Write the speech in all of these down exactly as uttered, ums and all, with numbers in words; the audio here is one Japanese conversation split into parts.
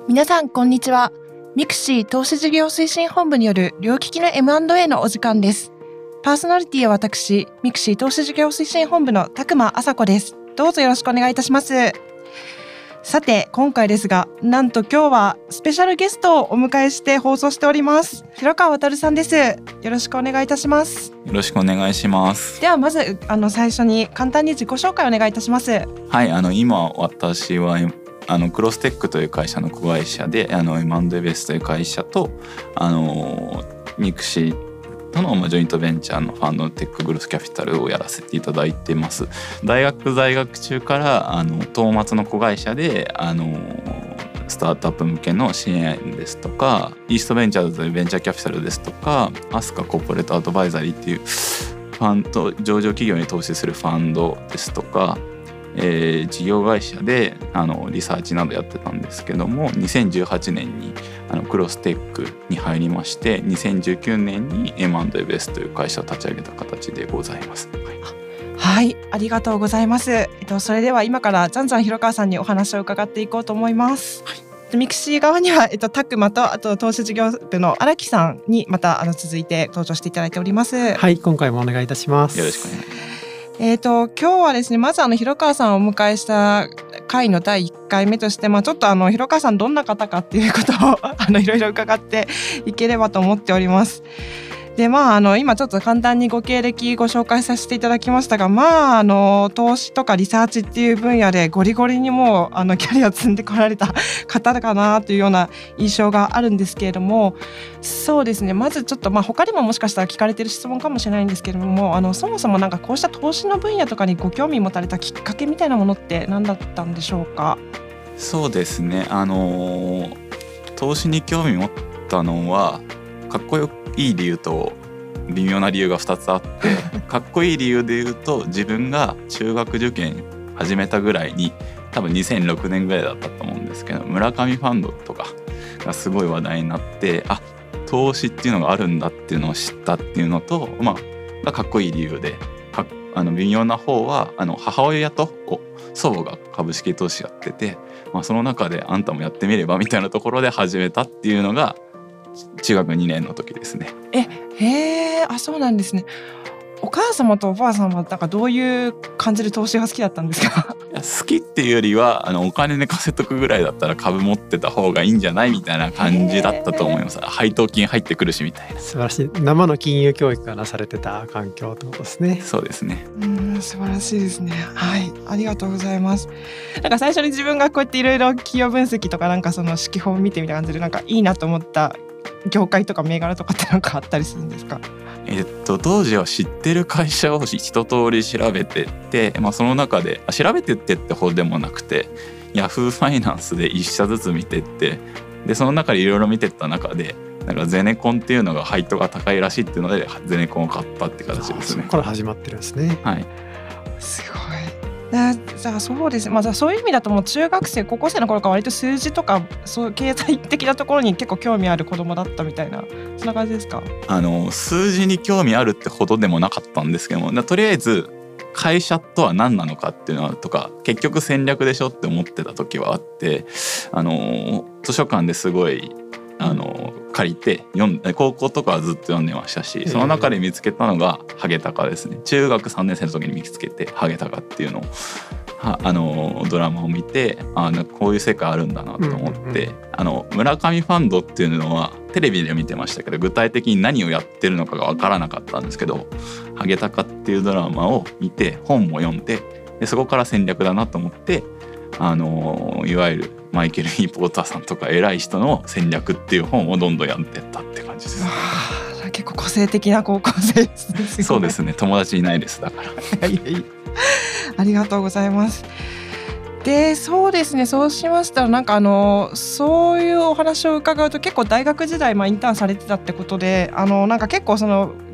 皆さんこんにちは。ミクシー投資事業推進本部による両利きの エムアンドエー のお時間です。パーソナリティは私、ミクシー投資事業推進本部の宅間麻子です。どうぞよろしくお願いいたします。さて今回ですが、なんと今日はスペシャルゲストをお迎えして放送しております。広川渉さんです。よろしくお願いいたします。 よろしくお願いします。 ではまずあの最初に簡単に自己紹介をお願いいたします。 はい、あの今私はあのクロステックという会社の子会社で、あの エムアンドエー ベースという会社とあのミクシーとのジョイントベンチャーのファンドテックグロスキャピタルをやらせていただいてます。大学在学中からあの東松の子会社であのスタートアップ向けの支援ですとか、イーストベンチャーズというベンチャーキャピタルですとか、アスカコーポレートアドバイザリーっていうファンド、上場企業に投資するファンドですとか、えー、事業会社であのリサーチなどやってたんですけども、にせんじゅうはちねんにあのクロステックに入りまして、にせんじゅうきゅうねんに エムアンドエー ベースという会社を立ち上げた形でございます。はい、 はい、ありがとうございます。えっと、それでは今からじゃんじゃん広川さんにお話を伺っていこうと思います。はい、ミクシー側には、えっと、タクマとあと投資事業部の荒木さんにまたあの続いて登場していただいております。 はい、今回もお願いいたします。 よろしくお願いします。 えーと、今日はですね、まずあの広川さんをお迎えした回のだいいっかいめとして、まあ、ちょっとあの広川さんどんな方かっていうことをあのいろいろ伺っていければと思っております。でまあ、あの今ちょっと簡単にご経歴ご紹介させていただきましたが、まあ、あの投資とかリサーチっていう分野でゴリゴリにもうあのキャリアを積んでこられた方かなというような印象があるんですけれども、そうですね、まずちょっと、まあ、他にももしかしたら聞かれてる質問かもしれないんですけれども、あのそもそもなんかこうした投資の分野とかにご興味持たれたきっかけみたいなものって何だったんでしょうか。 そうですね、あのー、投資に興味持ったのはかっこよいい理由と微妙な理由がふたつあって、かっこいい理由で言うと、自分が中学受験始めたぐらいに、多分にせんろくねんぐらいだったと思うんですけど、村上ファンドとかがすごい話題になって、あ、投資っていうのがあるんだっていうのを知ったっていうのと、まあがかっこいい理由で、かあの微妙な方はあの母親と祖母が株式投資やってて、まあ、その中であんたもやってみればみたいなところで始めたっていうのが中学にねんの時ですね。 え、へー、あ、そうなんですね。お母様とおばあ様はなんかどういう感じで投資が好きだったんですか？ いや、好きっていうよりはあのお金で稼いとくぐらいだったら株持ってた方がいいんじゃないみたいな感じだったと思います。配当金入ってくるしみたいな。 素晴らしい、生の金融教育がなされてた環境ってことですね。 そうですね。 うん、素晴らしいですね。はい、ありがとうございます。なんか最初に自分がこうやっていろいろ企業分析とかなんかその指揮法を見てみた感じでなんかいいなと思った業界とか銘柄とかってなんかあったりするんですか？ えっと、当時は知ってる会社を一通り調べてって、まあ、その中で調べてってってほどでもなくて、ヤフーファイナンスで一社ずつ見てって、でその中でいろいろ見てった中でなんかゼネコンっていうのが配当が高いらしいっていうのでゼネコンを買ったって形ですね。 そこから始まってるんですね。 はい、 すごい。じゃあそうですね、まあ、じゃあそういう意味だともう中学生高校生の頃から割と数字とかそういう経済的なところに結構興味ある子供だったみたいな、そんな感じですか？ あの数字に興味あるってほどでもなかったんですけども、とりあえず会社とは何なのかっていうのとか、結局戦略でしょって思ってた時はあって、あの図書館ですごいあの借りて読んで、高校とかはずっと読んでましたし、その中で見つけたのがハゲタカですね。中学さんねん生の時に見つけてハゲタカっていうのをはあのドラマを見て、あのこういう世界あるんだなと思って、うんうんうん、あの村上ファンドっていうのはテレビで見てましたけど、具体的に何をやってるのかが分からなかったんですけど、ハゲタカっていうドラマを見て本も読んで、でそこから戦略だなと思って、あのいわゆるマイケル・イー・ポーターさんとか偉い人の戦略っていう本をどんどんやってったって感じです。 あ、結構個性的な高校生ですね。 そうですね、友達いないですだからいやいやありがとうございます。でそうですね、そうしましたらなんかあのそういうお話を伺うと、結構大学時代、まあ、インターンされてたってことで、あのなんか結構その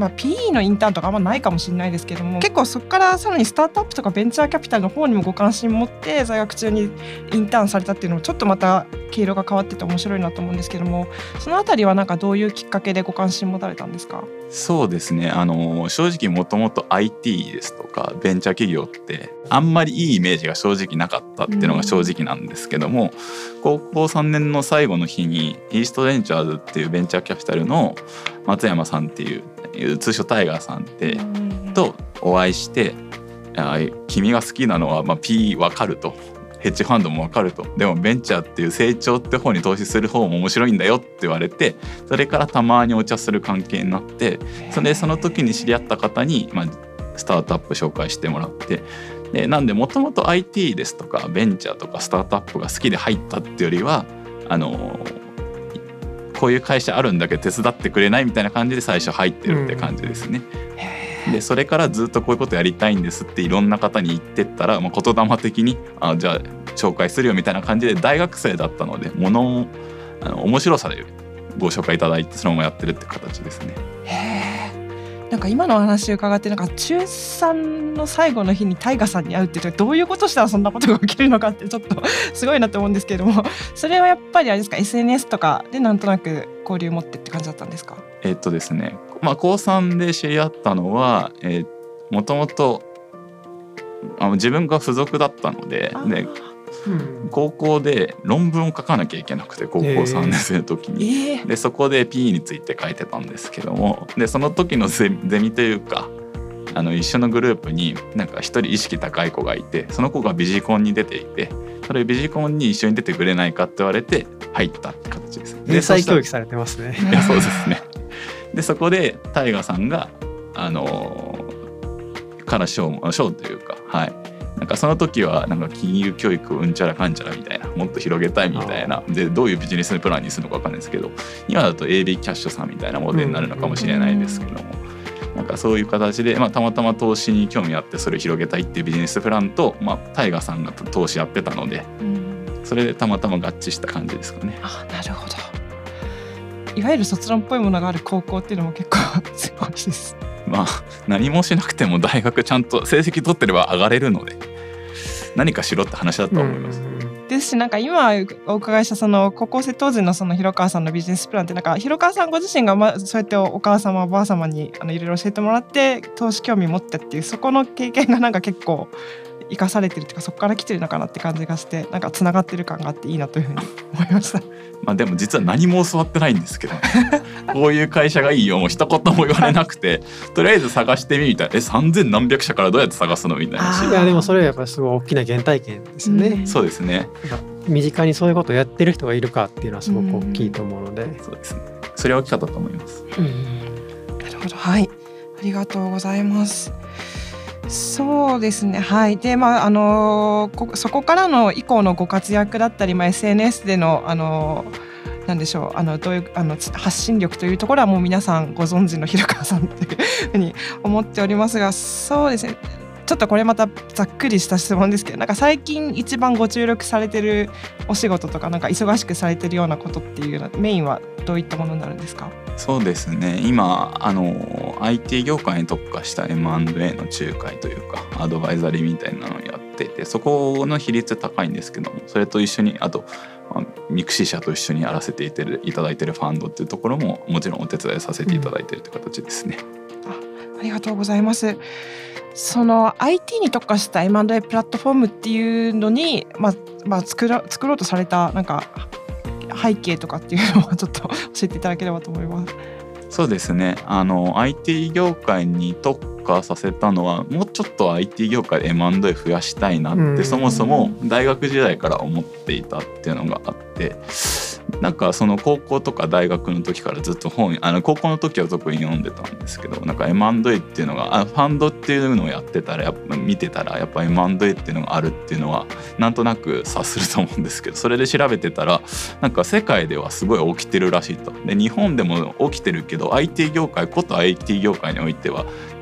まあ、ピーイー のインターンとかあんまないかもしれないですけども、結構そこからさらにスタートアップとかベンチャーキャピタルの方にもご関心持って在学中にインターンされたっていうのもちょっとまた毛色が変わってて面白いなと思うんですけども、そのあたりはなんかどういうきっかけでご関心持たれたんですか？ そうですね、あの正直もともと アイティー ですとかベンチャー企業ってあんまりいいイメージが正直なかったっていうのが正直なんですけども、うん、高校さんねんの最後の日にイーストベンチャーズっていうベンチャーキャピタルの松山さんっていう通称タイガーさんってとお会いして、あ君が好きなのは、まあ、P 分かると、ヘッジファンドも分かると、でもベンチャーっていう成長って方に投資する方も面白いんだよって言われて、それからたまにお茶する関係になって、それでその時に知り合った方に、まあ、スタートアップ紹介してもらって、でなんでもともと アイティー ですとかベンチャーとかスタートアップが好きで入ったっていうよりは、あのこういう会社あるんだけど手伝ってくれないみたいな感じで最初入ってるって感じですね、うん、でそれからずっとこういうことやりたいんですっていろんな方に言ってったら、まあ、言霊的にあじゃあ紹介するよみたいな感じで、大学生だったのでものあの面白さでご紹介いただいてそのままやってるって形ですね。 へー、なんか今の話伺ってなんか中さんの最後の日にタイガさんに会うってどういうことしたらそんなことが起きるのかってちょっとすごいなと思うんですけれども、それはやっぱりあれですか、 エスエヌエス とかでなんとなく交流を持ってって感じだったんですか？ えっとですね、まあ、高さんで知り合ったのは、えー、もともとあの自分が付属だったので、でうん、高校で論文を書かなきゃいけなくて、高校さんねん生の時に、えー、でそこで ピー について書いてたんですけども、でその時のゼミというかあの一緒のグループになんか一人意識高い子がいて、その子がビジコンに出ていて、それビジコンに一緒に出てくれないかって言われて入ったって形です。 英才教育されてますね。 いやそうですね。でそこでタイガさんがあのー、から賞も賞というか、はい、なんかその時はなんか金融教育をうんちゃらかんちゃらみたいな、もっと広げたいみたいなで、どういうビジネスプランにするのか分かんないですけど、今だと エービー キャッシュさんみたいなモデルになるのかもしれないですけども、なんかそういう形で、まあ、たまたま投資に興味あってそれを広げたいっていうビジネスプランと、まあ、タイガさんが投資やってたので、それでたまたま合致した感じですかね。 あ、なるほど。いわゆる卒論っぽいものがある高校っていうのも結構すごいです。 まあ何もしなくても大学ちゃんと成績取ってれば上がれるので、何かしろって話だと思います。 ですし、なんか今お伺いしたその高校生当時のその広川さんのビジネスプランって、なんか広川さんご自身がまそうやってお母様おばあ様にあのいろいろ教えてもらって投資興味持ってっていう、そこの経験がなんか結構生かされてるというか、そこから来てるのかなって感じがして、なんかつながってる感があっていいなというふうに思いました。 まあでも実は何も教わってないんですけど、ね、こういう会社がいいよもう一言も言われなくて、とりあえず探してみみたいな、えさんぜん何百社からどうやって探すのみたいな。 いやでもそれはやっぱりすごい大きな原体験ですよね、うん、 そうですね。 身近にそういうことをやってる人がいるかっていうのはすごく大きいと思うので、 うん、そうですね、それは大きかったと思います、 うん、なるほど、はい、ありがとうございます。そうですね、はい。で、まああのー、そこからの以降のご活躍だったり、まあ、エスエヌエス での、あのー、なんでしょう、あのどういうあの発信力というところはもう皆さんご存知の広川さんというふうに思っておりますが、そうですね、ちょっとこれまたざっくりした質問ですけど、なんか最近一番ご注力されてるお仕事とか、なんか忙しくされてるようなことっていうのはメインはどういったものになるんですか？ そうですね、今あの アイティー 業界に特化した エムアンドエー の仲介というかアドバイザリーみたいなのをやってて、そこの比率高いんですけども、それと一緒にあと、まあ、ミクシー社と一緒にやらせていただいているファンドっていうところももちろんお手伝いさせていただいているという形ですね、 うん、あ, ありがとうございます。その アイティー に特化した エムアンドエー プラットフォームっていうのに、まあまあ、作ら作ろうとされたなんか背景とかっていうのをちょっと教えていただければと思います。 そうですね、あの アイティー 業界に特化させたのは、もうちょっと アイティー 業界で エムアンドエー 増やしたいなってそもそも大学時代から思っていたっていうのがあって、なんかその高校とか大学の時からずっと本、あの高校の時は特に読んでたんですけど、なんか エムアンドエー っていうのがあファンドっていうのをやってたらやっぱ見てたらやっぱ エムアンドエー っていうのがあるっていうのはなんとなく察すると思うんですけど、それで調べてたらなんか世界ではすごい起きてるらしいと。で日本でも起きてるけど アイティー 業界こと アイティー 業界においてはなんか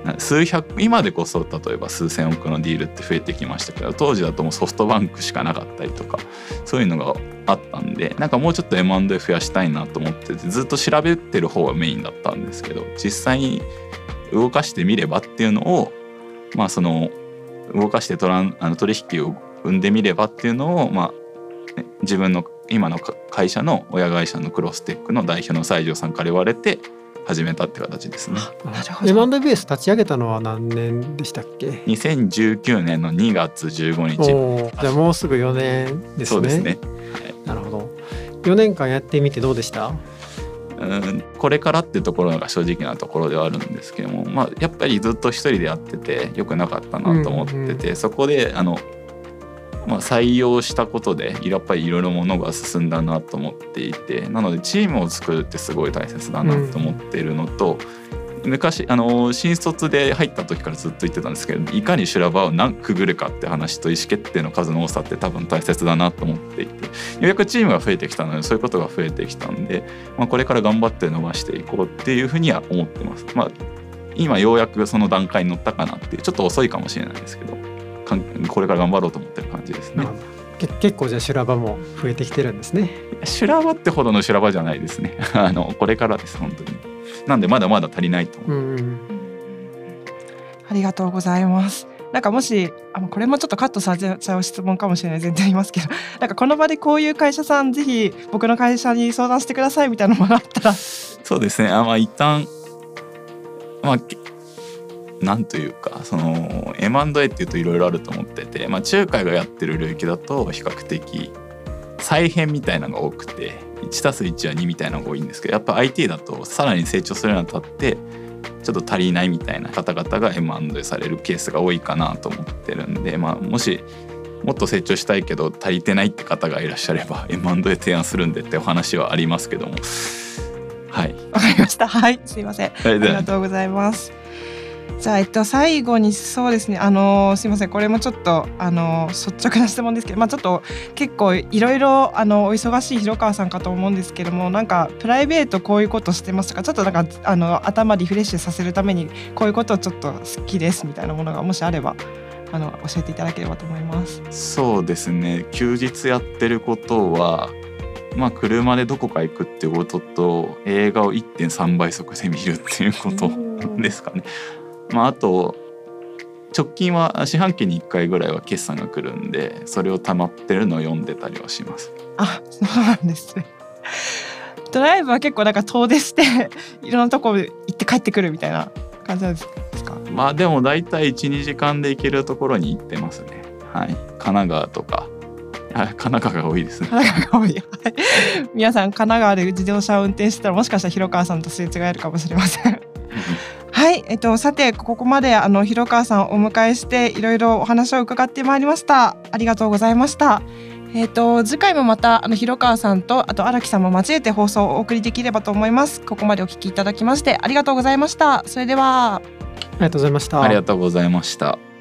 数百今でこそ例えば数千億のディールって増えてきましたけど、当時だともうソフトバンクしかなかったりとかそういうのがあったんで、なんかもうちょっと エムアンドエー 増やしたいなと思っててずっと調べてる方がメインだったんですけど、実際に動かしてみればっていうのを、まあその動かしてトランあの取引を生んでみればっていうのを、まあ、ね、自分の今の会社の親会社のクロステックの代表の西条さんから言われて始めたって形ですね。 エムアンドエー ベース立ち上げたのは何年でしたっけ？ にせんじゅうきゅうねんのにがつじゅうごにち。 おじゃあもうすぐよねんですね。 そうですね、はい、 なるほど。よねんかんやってみてどうでした？ うんこれからってところが正直なところではあるんですけども、まあ、やっぱりずっと一人でやっててよくなかったなと思ってて、うんうん、そこであの、まあ、採用したことでやっぱりいろいろものが進んだなと思っていて、なのでチームを作るってすごい大切だなと思っているのと、うん、昔あの新卒で入った時からずっと言ってたんですけど、いかに修羅場を何くぐるかって話と意思決定の数の多さって多分大切だなと思っていて、ようやくチームが増えてきたのでそういうことが増えてきたんで、まあ、これから頑張って伸ばしていこうっていうふうには思ってます。まあ、今ようやくその段階に乗ったかなっていう、ちょっと遅いかもしれないですけどこれから頑張ろうと思ってる感じですね。 結構じゃあ修羅場も増えてきてるんですね。 修羅場ってほどの修羅場じゃないですねあのこれからです本当に。なんでまだまだ足りないと思う、うん、 ありがとうございます。なんかもしあこれもちょっとカットされちゃう質問かもしれない、全然言いますけど、なんかこの場でこういう会社さんぜひ僕の会社に相談してくださいみたいなのもあったら。 そうですね、あ、まあ、一旦まあなんというかその エムアンドエー っていうといろいろあると思ってて、まあ、仲介がやってる領域だと比較的再編みたいなのが多くて いちたすいち はにみたいなのが多いんですけど、やっぱ アイティー だとさらに成長するにあたってちょっと足りないみたいな方々が エムアンドエー されるケースが多いかなと思ってるんで、まあ、もしもっと成長したいけど足りてないって方がいらっしゃれば エムアンドエー 提案するんでってお話はありますけども、はい、 わかりました。はい、すいません、はい、ありがとうございます。じゃあ、えっと、最後にそうですね、あのすいません、これもちょっとあの率直な質問ですけど、まあ、ちょっと結構いろいろあのお忙しい広川さんかと思うんですけども、なんかプライベートこういうことしてますとか、ちょっとなんかあの頭リフレッシュさせるためにこういうことをちょっと好きですみたいなものがもしあればあの教えていただければと思います。 そうですね、休日やってることはまあ、車でどこか行くっていうことと映画を いってんさんばい速で見るっていうことですかね。まあ、あと直近は四半期にいっかいぐらいは決算が来るんで、それを溜まってるのを読んでたりはします。 あ、そうなんですね。ドライブは結構なんか遠出していろんなとこ行って帰ってくるみたいな感じなんですか？ まあでもだいたい いちにじかんで行けるところに行ってますね。はい、神奈川とか、はい、神奈川が多いですね。 神奈川が多い、はい、皆さん神奈川で自動車を運転してたらもしかしたら広川さんとすれ違えるかもしれませんはい、えっと、さてここまであの広川さんをお迎えしていろいろお話を伺ってまいりました。ありがとうございました。えっと、次回もまたあの広川さんとあと荒木さんも交えて放送をお送りできればと思います。ここまでお聞きいただきましてありがとうございました。それでは。 ありがとうございました。 ありがとうございました。